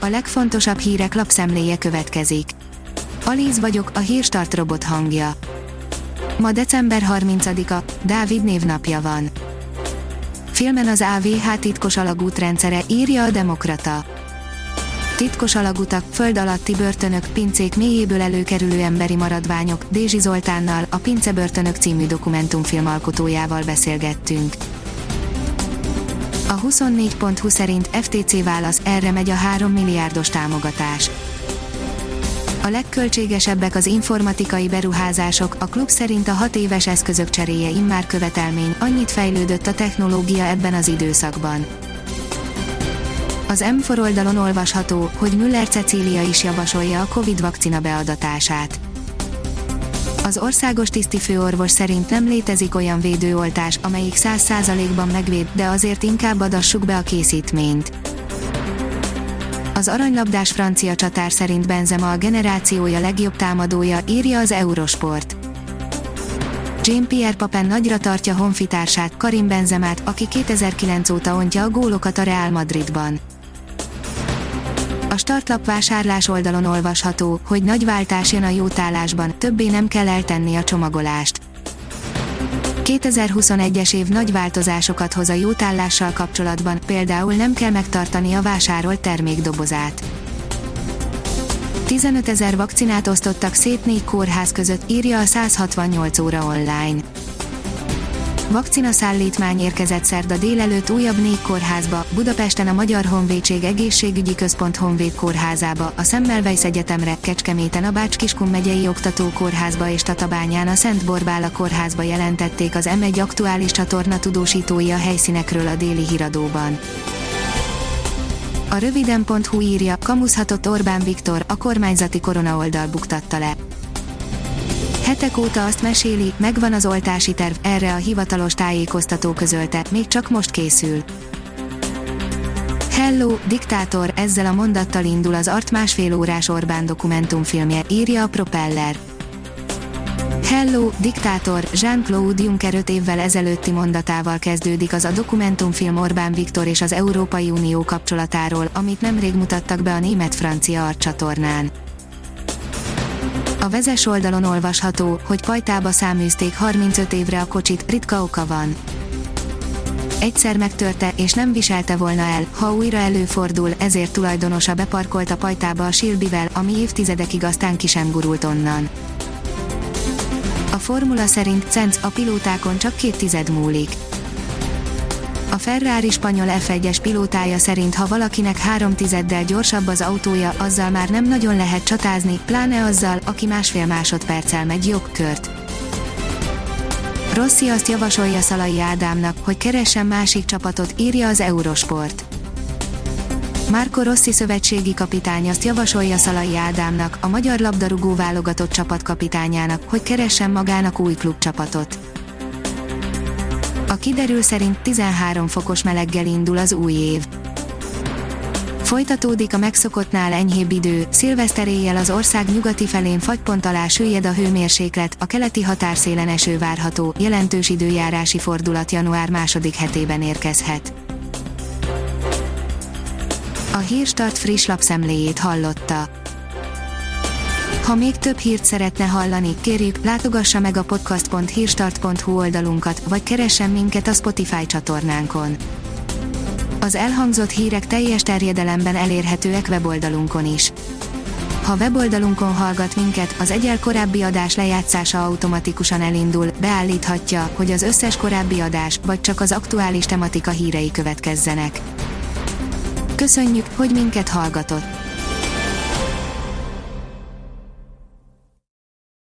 a legfontosabb hírek lapszemléje következik. Alíz vagyok, a Hírstart robot hangja. Ma december 30-a, Dávid névnapja van. Filmen az AVH titkos alagútrendszere, írja a Demokrata. Titkos alagutak, föld alatti börtönök, pincék mélyéből előkerülő emberi maradványok, Dézsi Zoltánnal, a Pincebörtönök című dokumentumfilm alkotójával beszélgettünk. A 24.hu szerint FTC válasz, erre megy a 3 milliárdos támogatás. A legköltségesebbek az informatikai beruházások, a klub szerint a 6 éves eszközök cseréje immár követelmény, annyit fejlődött a technológia ebben az időszakban. Az M4 oldalon olvasható, hogy Müller Cecília is javasolja a Covid vakcina beadatását. Az országos tisztifőorvos szerint nem létezik olyan védőoltás, amelyik 100%-ban megvéd, de azért inkább adassuk be a készítményt. Az aranylabdás francia csatár szerint Benzema a generációja legjobb támadója, írja az Eurosport. Jean-Pierre Papin nagyra tartja honfitársát, Karim Benzemát, aki 2009 óta ontja a gólokat a Real Madridban. A startlap vásárlás oldalon olvasható, hogy nagy váltás jön a jótállásban, többé nem kell eltenni a csomagolást. 2021-es év nagy változásokat hoz a jótállással kapcsolatban, például nem kell megtartani a vásárolt termék dobozát. 15 000 vakcinát osztottak szét 4 kórház között, írja a 168 óra online. Vakcinaszállítmány érkezett szerda délelőtt újabb 4 kórházba, Budapesten a Magyar Honvédség Egészségügyi Központ Honvéd kórházába, a Semmelweis Egyetemre, Kecskeméten a Bács-Kiskun megyei oktatókórházba és Tatabányán a Szent Borbála kórházba jelentették az M1 aktuális csatorna tudósítói a helyszínekről a Déli Híradóban. A röviden.hu írja, kamuszhatott Orbán Viktor, a kormányzati korona oldal buktatta le. Hetek óta azt meséli, megvan az oltási terv, erre a hivatalos tájékoztató közölte, még csak most készül. Hello, diktátor, ezzel a mondattal indul az Art 1,5 órás Orbán dokumentumfilmje, írja a Propeller. Hello, diktátor, Jean-Claude Juncker 5 évvel ezelőtti mondatával kezdődik az a dokumentumfilm Orbán Viktor és az Európai Unió kapcsolatáról, amit nemrég mutattak be a német-francia Art csatornán. A Vezes oldalon olvasható, hogy pajtába száműzték 35 évre a kocsit, ritka oka van. Egyszer megtörte, és nem viselte volna el, ha újra előfordul, ezért tulajdonosa beparkolta pajtába a Silbivel, ami évtizedekig aztán ki sem gurult onnan. A formula szerint Cenc, a pilótákon csak 2 tized múlik. A Ferrari spanyol F1-es pilótája szerint ha valakinek 3 tizeddel gyorsabb az autója, azzal már nem nagyon lehet csatázni, pláne azzal, aki 1,5 másodperccel megy jogkört. Rossi azt javasolja Szalai Ádámnak, hogy keressen másik csapatot, írja az Eurosport. Marco Rossi szövetségi kapitány azt javasolja Szalai Ádámnak, a magyar labdarúgó válogatott csapatkapitányának, hogy keressen magának új klubcsapatot. A kiderül szerint 13 fokos meleggel indul az új év. Folytatódik a megszokottnál enyhébb idő, szilveszter éjjel az ország nyugati felén fagypont alá süllyed a hőmérséklet, a keleti határszélen eső várható, jelentős időjárási fordulat január második hetében érkezhet. A Hírstart friss lapszemléjét hallotta. Ha még több hírt szeretne hallani, kérjük, látogassa meg a podcast.hírstart.hu oldalunkat, vagy keressen minket a Spotify csatornánkon. Az elhangzott hírek teljes terjedelemben elérhetőek weboldalunkon is. Ha weboldalunkon hallgat minket, az egyel korábbi adás lejátszása automatikusan elindul, beállíthatja, hogy az összes korábbi adás, vagy csak az aktuális tematika hírei következzenek. Köszönjük, hogy minket hallgatott!